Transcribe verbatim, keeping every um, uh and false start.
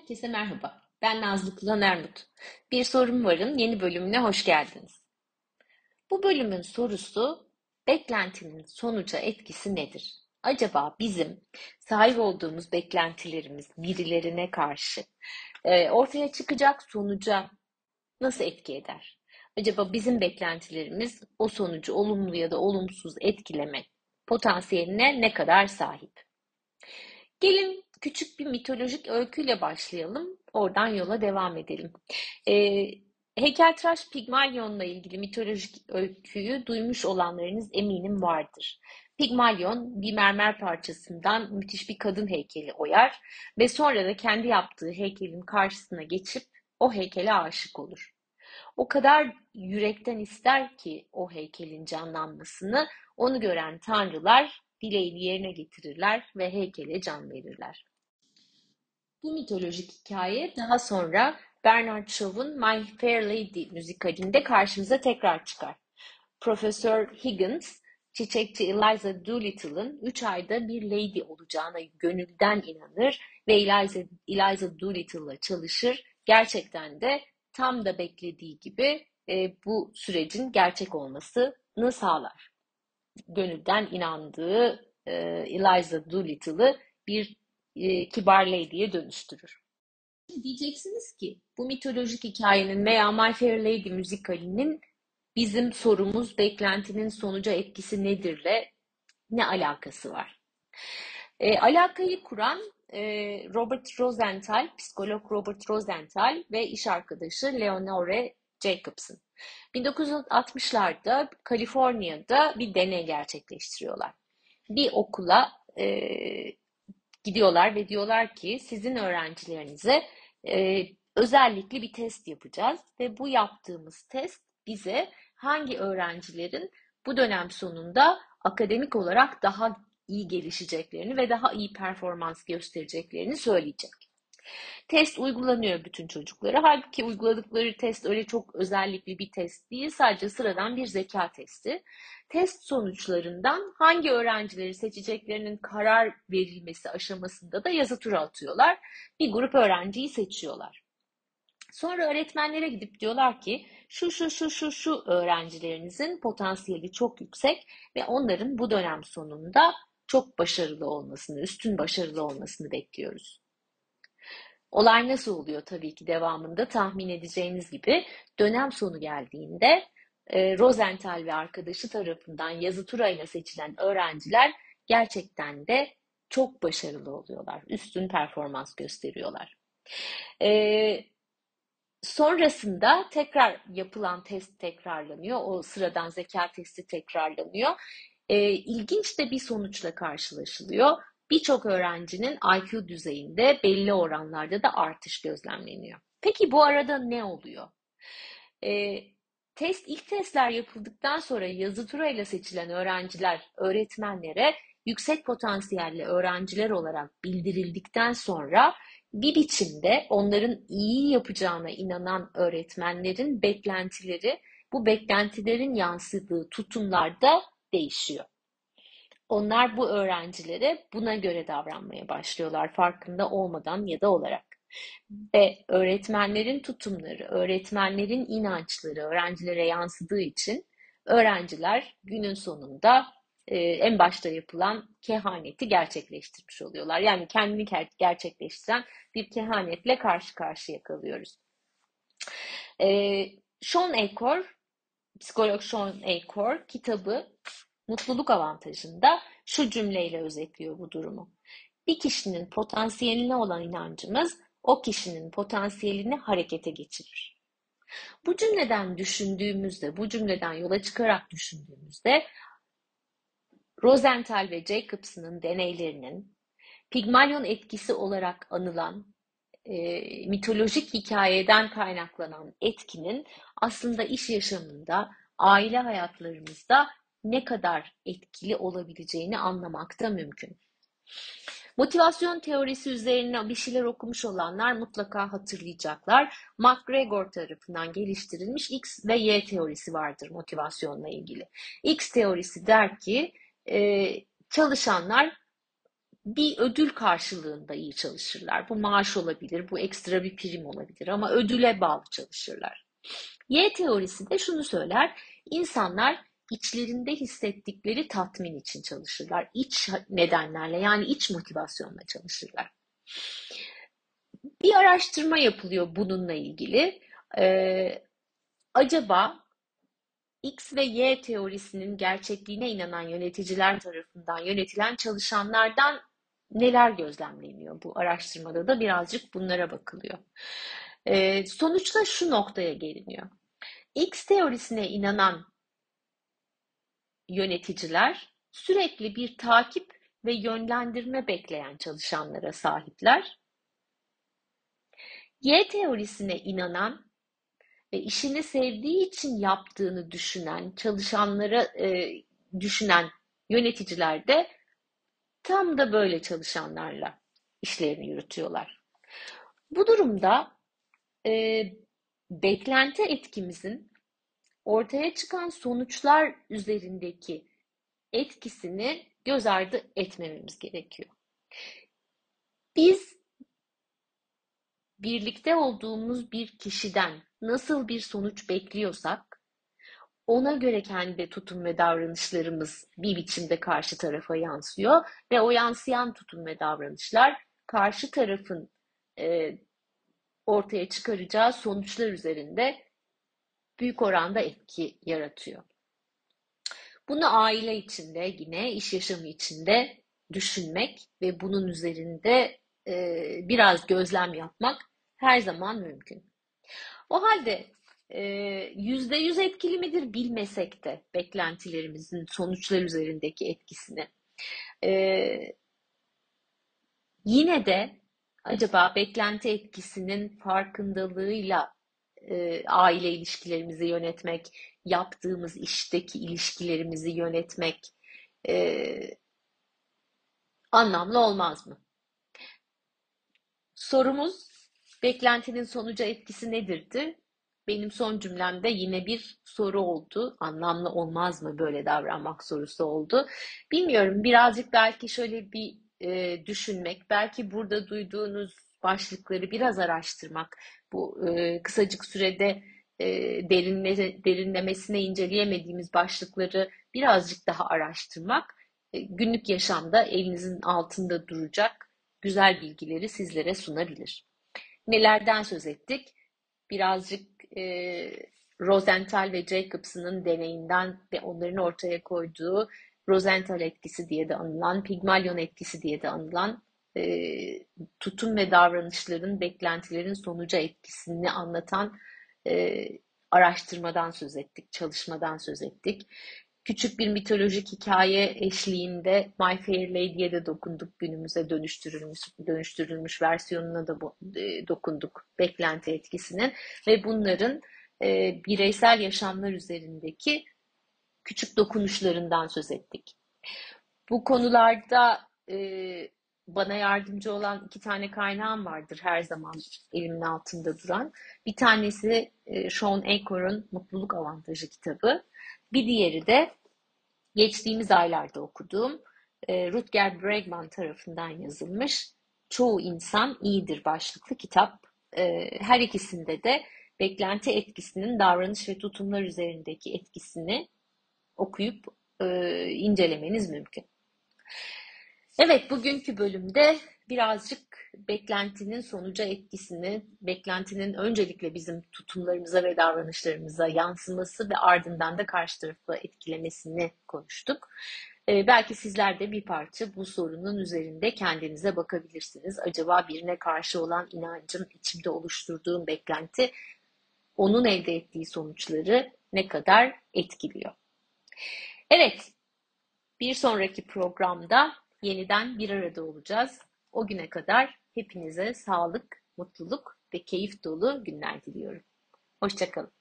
Herkese merhaba. Ben Nazlı Kılan Ermut. Bir Sorum Var'ın yeni bölümüne hoş geldiniz. Bu bölümün sorusu, beklentinin sonuca etkisi nedir? Acaba bizim sahip olduğumuz beklentilerimiz birilerine karşı e, ortaya çıkacak sonuca nasıl etki eder? Acaba bizim beklentilerimiz o sonucu olumlu ya da olumsuz etkileme potansiyeline ne kadar sahip? Gelin küçük bir mitolojik öyküyle başlayalım. Oradan yola devam edelim. Ee, Heykeltıraş Pigmalion'la ilgili mitolojik öyküyü duymuş olanlarınız eminim vardır. Pigmalion bir mermer parçasından müthiş bir kadın heykeli oyar ve sonra da kendi yaptığı heykelin karşısına geçip o heykele aşık olur. O kadar yürekten ister ki o heykelin canlanmasını, onu gören tanrılar dileğini yerine getirirler ve heykele can verirler. Bu mitolojik hikaye daha sonra Bernard Shaw'un My Fair Lady müzikalinde karşımıza tekrar çıkar. Profesör Higgins, çiçekçi Eliza Doolittle'ın üç ayda bir lady olacağına gönülden inanır ve Eliza, Eliza Doolittle'la çalışır. Gerçekten de tam da beklediği gibi e, bu sürecin gerçek olmasını sağlar. Gönülden inandığı e, Eliza Doolittle'ı bir e, kibar lady'ye dönüştürür. Diyeceksiniz ki bu mitolojik hikayenin veya My Fair Lady müzikalinin bizim sorumuz beklentinin sonuca etkisi nedirle ne alakası var? E, alakayı kuran e, Robert Rosenthal, psikolog Robert Rosenthal ve iş arkadaşı Leonore Jacobson. bin dokuz yüz altmışlarda Kaliforniya'da bir deney gerçekleştiriyorlar. Bir okula e, gidiyorlar ve diyorlar ki sizin öğrencilerinize e, özellikle bir test yapacağız ve bu yaptığımız test bize hangi öğrencilerin bu dönem sonunda akademik olarak daha iyi gelişeceklerini ve daha iyi performans göstereceklerini söyleyecek. Test uygulanıyor bütün çocuklara. Halbuki uyguladıkları test öyle çok özellikli bir test değil. Sadece sıradan bir zeka testi. Test sonuçlarından hangi öğrencileri seçeceklerinin karar verilmesi aşamasında da yazı tura atıyorlar. Bir grup öğrenciyi seçiyorlar. Sonra öğretmenlere gidip diyorlar ki şu şu şu şu şu öğrencilerinizin potansiyeli çok yüksek ve onların bu dönem sonunda çok başarılı olmasını, üstün başarılı olmasını bekliyoruz. Olay nasıl oluyor tabii ki devamında tahmin edeceğiniz gibi dönem sonu geldiğinde e, Rosenthal ve arkadaşı tarafından yazı turayla seçilen öğrenciler gerçekten de çok başarılı oluyorlar. Üstün performans gösteriyorlar. E, Sonrasında tekrar yapılan test tekrarlanıyor. O sıradan zeka testi tekrarlanıyor. E, ilginç de bir sonuçla karşılaşılıyor. Birçok öğrencinin I Q düzeyinde belli oranlarda da artış gözlemleniyor. Peki bu arada ne oluyor? E, test ilk testler yapıldıktan sonra yazı turayla seçilen öğrenciler öğretmenlere yüksek potansiyelli öğrenciler olarak bildirildikten sonra bir biçimde onların iyi yapacağına inanan öğretmenlerin beklentileri bu beklentilerin yansıdığı tutumlarda değişiyor. Onlar bu öğrencilere buna göre davranmaya başlıyorlar farkında olmadan ya da olarak. Ve öğretmenlerin tutumları, öğretmenlerin inançları öğrencilere yansıdığı için öğrenciler günün sonunda e, en başta yapılan kehaneti gerçekleştirmiş oluyorlar. Yani kendini gerçekleştiren bir kehanetle karşı karşıya kalıyoruz. E, Sean Achor, psikolog Sean Achor kitabı Mutluluk Avantajı'nda şu cümleyle özetliyor bu durumu. Bir kişinin potansiyeline olan inancımız o kişinin potansiyelini harekete geçirir. Bu cümleden düşündüğümüzde, bu cümleden yola çıkarak düşündüğümüzde Rosenthal ve Jacobson'ın deneylerinin Pigmalion etkisi olarak anılan e, mitolojik hikayeden kaynaklanan etkinin aslında iş yaşamında, aile hayatlarımızda ne kadar etkili olabileceğini anlamak da mümkün. Motivasyon teorisi üzerine bir şeyler okumuş olanlar mutlaka hatırlayacaklar. McGregor tarafından geliştirilmiş X ve Y teorisi vardır motivasyonla ilgili. X teorisi der ki e, çalışanlar bir ödül karşılığında iyi çalışırlar. Bu maaş olabilir, bu ekstra bir prim olabilir ama ödüle bağlı çalışırlar. Y teorisi de şunu söyler, insanlar içlerinde hissettikleri tatmin için çalışırlar. İç nedenlerle yani iç motivasyonla çalışırlar. Bir araştırma yapılıyor bununla ilgili. Ee, acaba X ve Y teorisinin gerçekliğine inanan yöneticiler tarafından yönetilen çalışanlardan neler gözlemleniyor? Bu araştırmada da birazcık bunlara bakılıyor. Ee, sonuçta şu noktaya geliniyor. X teorisine inanan yöneticiler sürekli bir takip ve yönlendirme bekleyen çalışanlara sahipler. Y teorisine inanan ve işini sevdiği için yaptığını düşünen, çalışanlara e, düşünen yöneticiler de tam da böyle çalışanlarla işlerini yürütüyorlar. Bu durumda e, beklenti etkimizin ortaya çıkan sonuçlar üzerindeki etkisini göz ardı etmememiz gerekiyor. Biz birlikte olduğumuz bir kişiden nasıl bir sonuç bekliyorsak, ona göre kendi tutum ve davranışlarımız bir biçimde karşı tarafa yansıyor ve o yansıyan tutum ve davranışlar karşı tarafın e, ortaya çıkaracağı sonuçlar üzerinde büyük oranda etki yaratıyor. Bunu aile içinde, yine iş yaşamı içinde düşünmek ve bunun üzerinde e, biraz gözlem yapmak her zaman mümkün. O halde e, yüzde yüz etkili midir bilmesek de beklentilerimizin sonuçlar üzerindeki etkisini. E, yine de acaba beklenti etkisinin farkındalığıyla e, aile ilişkilerimizi yönetmek, yaptığımız işteki ilişkilerimizi yönetmek e, anlamlı olmaz mı? Sorumuz beklentinin sonuca etkisi nedirdi? Benim son cümlemde yine bir soru oldu. Anlamlı olmaz mı böyle davranmak sorusu oldu. Bilmiyorum, birazcık belki şöyle bir e, düşünmek, belki burada duyduğunuz başlıkları biraz araştırmak, bu e, kısacık sürede e, derinle, derinlemesine inceleyemediğimiz başlıkları birazcık daha araştırmak, e, günlük yaşamda elinizin altında duracak güzel bilgileri sizlere sunabilir. Nelerden söz ettik? Birazcık e, Rosenthal ve Jacobson'ın deneyinden ve onların ortaya koyduğu Rosenthal etkisi diye de anılan, Pygmalion etkisi diye de anılan e, tutum ve davranışların, beklentilerin sonuca etkisini anlatan e, araştırmadan söz ettik, çalışmadan söz ettik. Küçük bir mitolojik hikaye eşliğinde My Fair Lady'ye de dokunduk. Günümüze dönüştürülmüş, dönüştürülmüş versiyonuna da e, dokunduk beklenti etkisinin ve bunların e, bireysel yaşamlar üzerindeki küçük dokunuşlarından söz ettik. Bu konularda e, bana yardımcı olan iki tane kaynağım vardır her zaman elimin altında duran. Bir tanesi e, Sean Achor'un Mutluluk Avantajı kitabı. Bir diğeri de geçtiğimiz aylarda okuduğum e, Rutger Bregman tarafından yazılmış Çoğu İnsan İyidir başlıklı kitap. E, her ikisinde de beklenti etkisinin davranış ve tutumlar üzerindeki etkisini okuyup e, incelemeniz mümkün. Evet, bugünkü bölümde birazcık beklentinin sonuca etkisini, beklentinin öncelikle bizim tutumlarımıza ve davranışlarımıza yansıması ve ardından da karşı tarafı etkilemesini konuştuk. Ee, belki sizler de bir parça bu sorunun üzerinde kendinize bakabilirsiniz. Acaba birine karşı olan inancım, içimde oluşturduğum beklenti, onun elde ettiği sonuçları ne kadar etkiliyor? Evet, bir sonraki programda yeniden bir arada olacağız. O güne kadar hepinize sağlık, mutluluk ve keyif dolu günler diliyorum. Hoşça kalın.